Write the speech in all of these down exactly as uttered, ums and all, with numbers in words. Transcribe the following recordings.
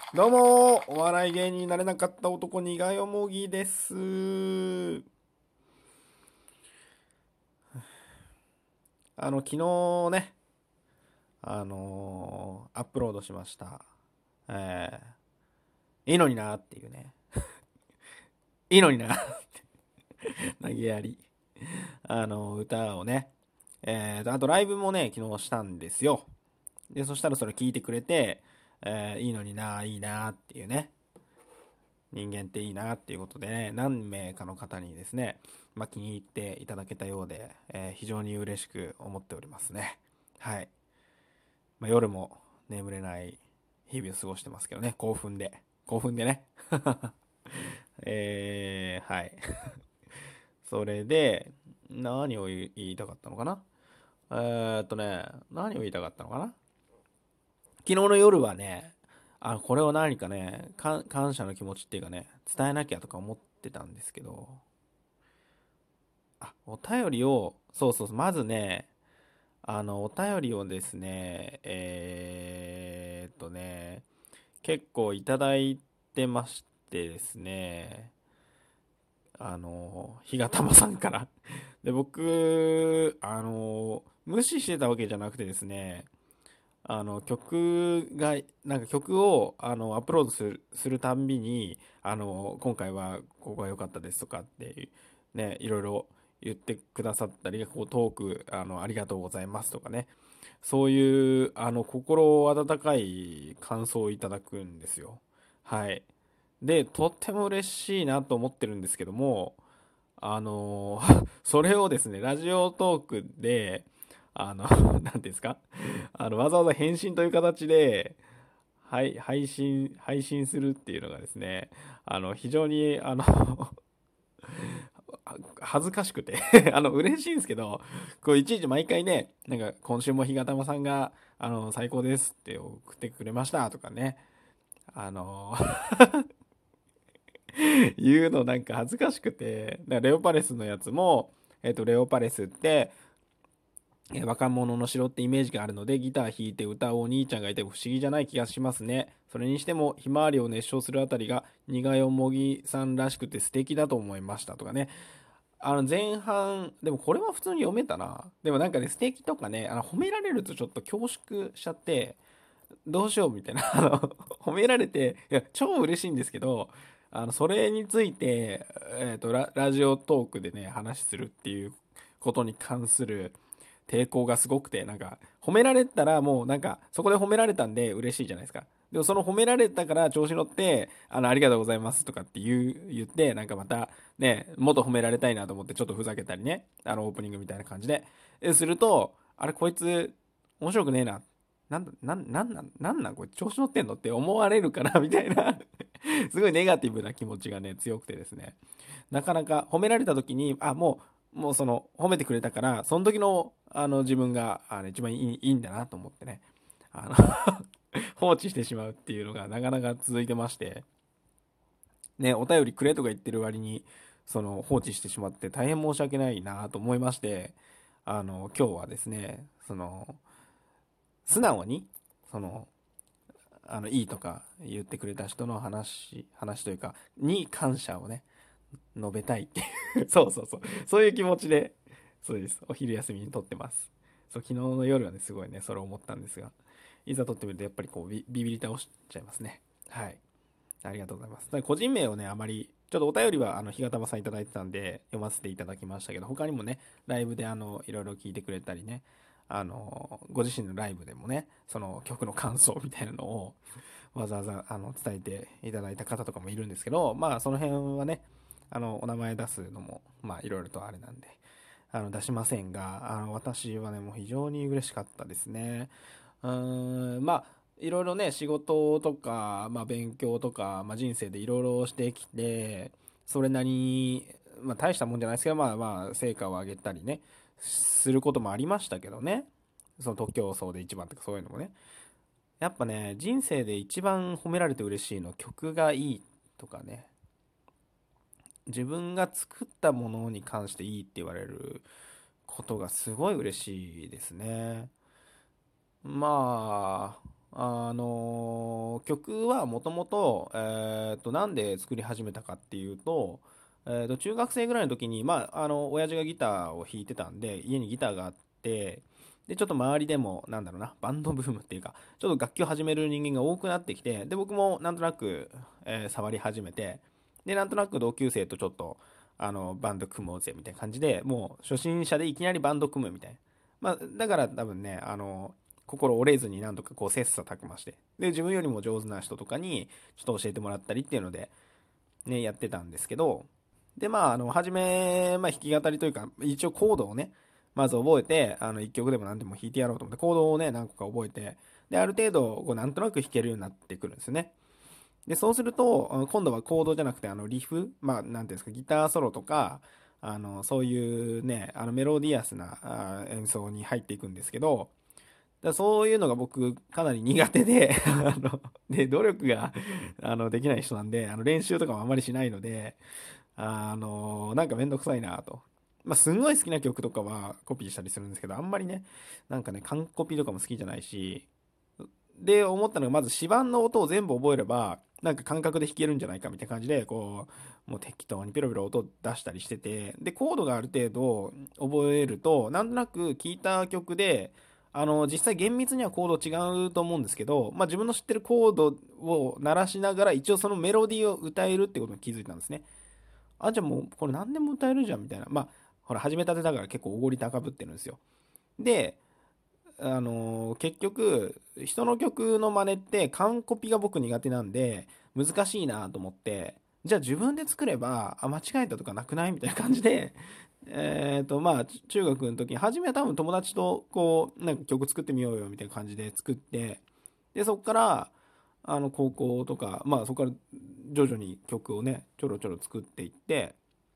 どうもお笑い芸人になれなかった男苦よもぎです。あの昨日ね、あのーアップロードしました。えー、いいのになっていうね、いいのにな投げやり、あのー歌をね、えー、あとライブもね昨日したんですよ。でそしたらそれ聞いてくれて、えー、いいのにないいなっていうね、人間っていいなっていうことでね、何名かの方にですね、まあ、気に入っていただけたようで、えー非常に嬉しく思っておりますね。はい。まあ、夜も眠れない日々を過ごしてますけどね、興奮で。興奮でね。えー、はい。それで、何を言いたかったのかな。えーっとね、何を言いたかったのかな。昨日の夜はね、あ、これを何かね、感謝の気持ちっていうかね、伝えなきゃとか思ってたんですけど、あ、お便りを、そうそうそう、まずね、あの、お便りをですね、えーっとね、結構いただいてましてですね、あの、ひがたまさんからで、僕、あの、無視してたわけじゃなくてですね、あの、曲が、なんか曲を、あの、アップロードする、するたんびに、あの、今回はここが良かったですとかっていう、ね、いろいろ言ってくださったり、こう、トーク、あの、ありがとうございますとかね、そういう、あの、心温かい感想をいただくんですよ。はい。で、とっても嬉しいなと思ってるんですけども、あのーそれをですね、ラジオトークで、あの、なんていうんですか、あの、わざわざ返信という形で、はい、配信、配信するっていうのがですね、あの、非常に、あの恥ずかしくてあの、嬉しいんですけど、こう、いちいち毎回ね、なんか、今週もひがたまさんが、あの、最高ですって送ってくれましたとかね、あの言うのなんか恥ずかしくて、だからレオパレスのやつも、えっと、レオパレスって、え若者の城ってイメージがあるので、ギター弾いて歌うお兄ちゃんがいて不思議じゃない気がしますね。それにしても、ひまわりを熱唱するあたりが、苦よもぎさんらしくて素敵だと思いましたとかね。あの前半、でもこれは普通に読めたな。でもなんかね、素敵とかね、あの褒められるとちょっと恐縮しちゃって、どうしようみたいな。あの、褒められて、いや、超嬉しいんですけど、あの、それについて、えっと、ラ、ラジオトークでね、話するっていうことに関する抵抗がすごくて、なんか、褒められたらもうなんか、そこで褒められたんで嬉しいじゃないですか。でもその褒められたから調子乗って、あの、ありがとうございますとかって言う、言って、なんかまた、ね、もっと褒められたいなと思ってちょっとふざけたりね、あの、オープニングみたいな感じで、すると、あれ、こいつ、面白くねえな。なんだ、なん、なんなん、なんなんこれ調子乗ってんのって思われるからみたいなすごいネガティブな気持ちがね、強くてですね。なかなか褒められた時に、あ、もう、もうその、褒めてくれたから、その時の、あの、自分が、あの、一番いい、いいんだなと思ってね、あの放置してしまうっていうのがなかなか続いてまして、ね、お便りくれとか言ってる割に、その、放置してしまって大変申し訳ないなと思いまして、あの、今日はですね、その、素直に、その、あの、いいとか言ってくれた人の話、話というか、に感謝をね、述べたいっていうそうそうそう。そういう気持ちで、そうです。お昼休みに撮ってます。そう、昨日の夜はね、すごいね、それを思ったんですが、いざ撮ってみると、やっぱりこうビ、ビビり倒しちゃいますね。はい。ありがとうございます。だから個人名をね、あまり、ちょっとお便りは、あの、日がたまさんいただいてたんで、読ませていただきましたけど、他にもね、ライブで、あの、いろいろ聞いてくれたりね、あの、ご自身のライブでもね、その曲の感想みたいなのを、わざわざあの伝えていただいた方とかもいるんですけど、まあその辺はね、あのお名前出すのもまあいろいろとあれなんで、あの出しませんが、あの私はねもう非常に嬉しかったですね。うーん、まあいろいろね仕事とか、まあ、勉強とか、まあ、人生でいろいろしてきて、それなりに、まあ、大したもんじゃないですけど、まあまあ成果を上げたりねすることもありましたけどね、その徒競走で一番とかそういうのもね、やっぱね、人生で一番褒められて嬉しいのは曲がいいとかね、自分が作ったものに関していいって言われることがすごい嬉しいですね。まあ、あの曲はもともと、えっと、なんで作り始めたかっていうと、えっと、中学生ぐらいの時に、まあ、あの、親父がギターを弾いてたんで、家にギターがあって、で、ちょっと周りでも、なんだろうな、バンドブームっていうか、ちょっと楽器を始める人間が多くなってきて、で、僕もなんとなく、えー触り始めて、で、なんとなく同級生とちょっと、あの、バンド組もうぜ、みたいな感じで、もう、初心者でいきなりバンド組むみたいな。まあ、だから多分ね、あの、心折れずになんとかこう切磋琢磨して、で、自分よりも上手な人とかにちょっと教えてもらったりっていうので、ね、やってたんですけど、で、まあ、あの、初め、まあ、弾き語りというか、一応コードをね、まず覚えて、あの、一曲でも何でも弾いてやろうと思って、コードをね、何個か覚えて、で、ある程度、こう、なんとなく弾けるようになってくるんですよね。で、そうすると、あの今度はコードじゃなくて、あの、リフ、まあ、なんていうんですか、ギターソロとか、あの、そういうね、あの、メロディアスなあ演奏に入っていくんですけど、だそういうのが僕かなり苦手であの、で、努力があのできない人なんで、あの練習とかもあまりしないので、あの、なんかめんどくさいなと。まあ、すんごい好きな曲とかはコピーしたりするんですけど、あんまりね、なんかね、完コピとかも好きじゃないし、で、思ったのが、まず指板の音を全部覚えれば、なんか感覚で弾けるんじゃないかみたいな感じで、こう、もう適当にピロピロ音出したりしてて、で、コードがある程度覚えると、なんとなく聴いた曲で、あの、実際厳密にはコード違うと思うんですけど、まあ自分の知ってるコードを鳴らしながら、一応そのメロディーを歌えるってことに気づいたんですね。あ、じゃあもうこれ何でも歌えるじゃんみたいな。まあ、ほら、始めたてだから結構おごり高ぶってるんですよ。で、あのー結局、人の曲の真似って完コピが僕苦手なんで、難しいなと思って、じゃあ自分で作れば、あ、間違えたとかなくないみたいな感じで、えっと、まあ、ち中学の時に、初めは多分友達と、こう、なんか曲作ってみようよみたいな感じで作って、で、そこから、あの、高校とか、まあ、そこから徐々に曲をね、ちょろちょろ作っていって、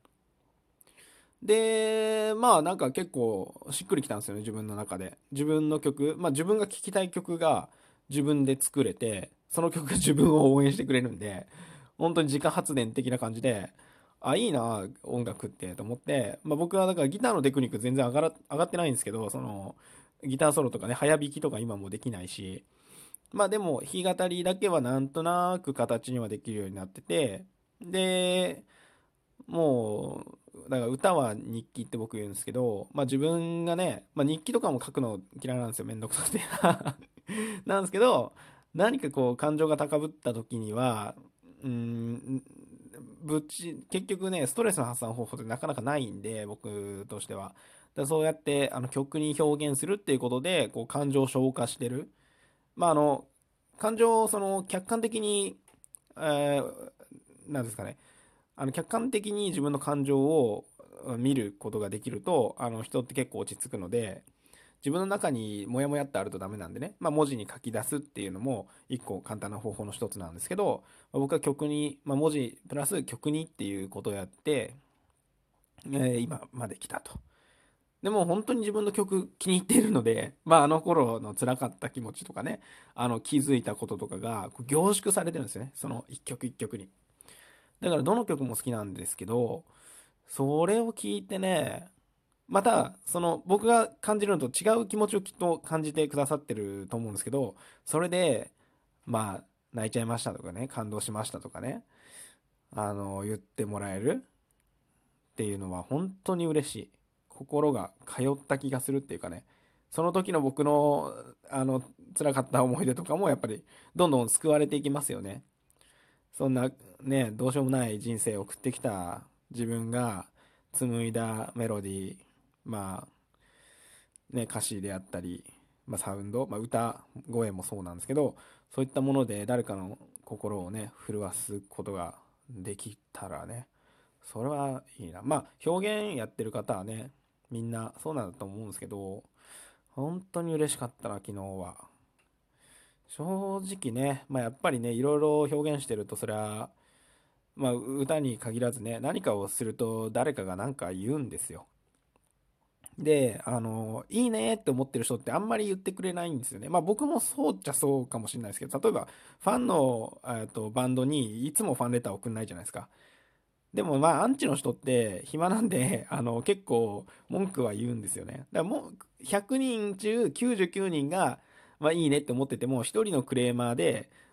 で、まあなんか結構しっくりきたんですよね、自分の中で。自分の曲、まあ自分が聴きたい曲が自分で作れて、その曲が自分を応援してくれるんで、本当に自家発電的な感じで、あ、いいな、音楽ってと思って、まあ僕はだからギターのテクニック全然上がら、上がってないんですけど、その、ギターソロとかね、早弾きとか今もできないし、まあでも弾き語りだけはなんとなく形にはできるようになってて、で、もう、だから歌は日記って僕言うんですけど、まあ自分がね、まあ日記とかも書くの嫌いなんですよ、めんどくさくてなんですけど、何かこう感情が高ぶった時には、うーん、ぶっち、結局ね、ストレスの発散方法ってなかなかないんで、僕としては。だからそうやってあの曲に表現するっていうことで、こう感情を消化してる。まああの、感情をその客観的に、えー、なんですかね、あの客観的に自分の感情を見ることができると、あの人って結構落ち着くので、自分の中にモヤモヤってあるとダメなんでね、まあ、文字に書き出すっていうのも一個簡単な方法の一つなんですけど、まあ僕は曲に、まあ、文字プラス曲にっていうことをやって、えー今まで来たと。でも本当に自分の曲気に入っているので、まああの頃の辛かった気持ちとかね、あの気づいたこととかがこう凝縮されてるんですよね。その一曲一曲に。だからどの曲も好きなんですけど、それを聞いてね、また、その僕が感じるのと違う気持ちをきっと感じてくださってると思うんですけど、それで、まあ、泣いちゃいましたとかね、感動しましたとかね、あの、言ってもらえるっていうのは本当に嬉しい。心が通った気がするっていうかね、その時の僕の、あの、辛かった思い出とかもやっぱり、どんどん救われていきますよね。そんなね、どうしようもない人生を送ってきた自分が紡いだメロディー、まあね、歌詞であったり、まあ、サウンド、まあ、歌声もそうなんですけど、そういったもので誰かの心をね、震わすことができたらね、それはいいな。まあ、表現やってる方はね、みんなそうなんだと思うんですけど、本当に嬉しかったな、昨日は。正直ね、まあやっぱりね、いろいろ表現してると、それはまあ、歌に限らずね、何かをすると誰かが何か言うんですよ。で、あの、いいねって思ってる人ってあんまり言ってくれないんですよね。まあ僕もそうっちゃそうかもしれないですけど、例えばファンの、えっと、バンドにいつもファンレター送んないじゃないですか。でもまあアンチの人って暇なんで、あの、結構文句は言うんですよね。だからもうひゃくにん中きゅうじゅうきゅうにんが、まあいいねって思ってても、ひとりのクレーマーで、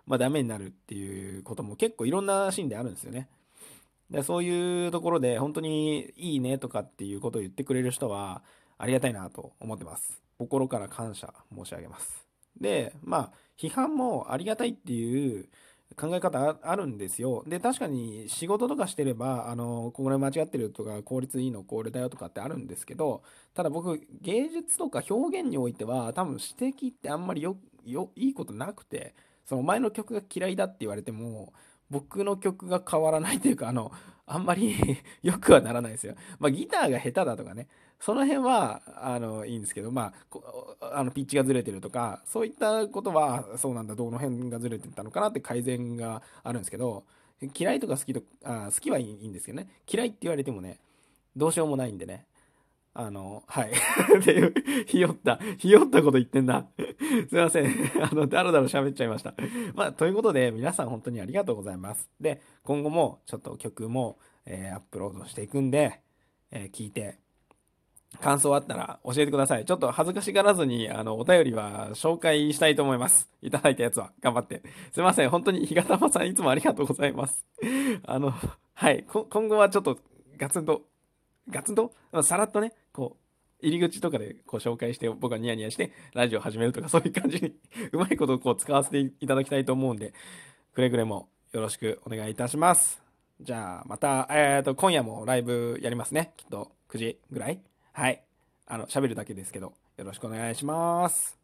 まあダメになるっていうことも結構いろんなシーンであるんですよね。で、そういうところで本当にいいねとかっていうことを言ってくれる人はありがたいなと思ってます。心から感謝申し上げます。で、まあ、批判もありがたいっていう考え方ああるんですよ。で、確かに仕事とかしてれば、あの、これ間違ってるとか、効率いいのこれだよとかってあるんですけど、ただ僕、芸術とか表現においては、多分指摘ってあんまりよ、よ、いいことなくて、その前の曲が嫌いだって言われても、僕の曲が変わらないというか、あの、あんまり良くはならないですよ。まあ、ギターが下手だとかね、その辺は、あの、いいんですけど、まあ、こあの、ピッチがずれてるとか、そういったことは、そうなんだ、どの辺がずれてたのかなって改善があるんですけど、嫌いとか好きとあ、好きはいいんですけどね、嫌いって言われてもね、どうしようもないんでね、あの、はい。っていう、ひよった、ひよったこと言ってんな。すいません。あの、だらだら喋っちゃいました。まあ、ということで、皆さん本当にありがとうございます。で、今後もちょっと曲も、えーアップロードしていくんで、えー聞いて、感想あったら教えてください。ちょっと恥ずかしがらずに、あの、お便りは紹介したいと思います。いただいたやつは。頑張って。すいません。本当に、ひがたまさんいつもありがとうございます。あの、はい。こ今後はちょっと、ガツンとガツンと、さらっとね、こう、入り口とかでこう紹介して、僕はニヤニヤして、ラジオ始めるとか、そういう感じにうまいことをこう使わせていただきたいと思うんで、くれぐれもよろしくお願いいたします。じゃあ、また、えっと、今夜もライブやりますね。きっとくじぐらい。はい。あの、喋るだけですけど、よろしくお願いします。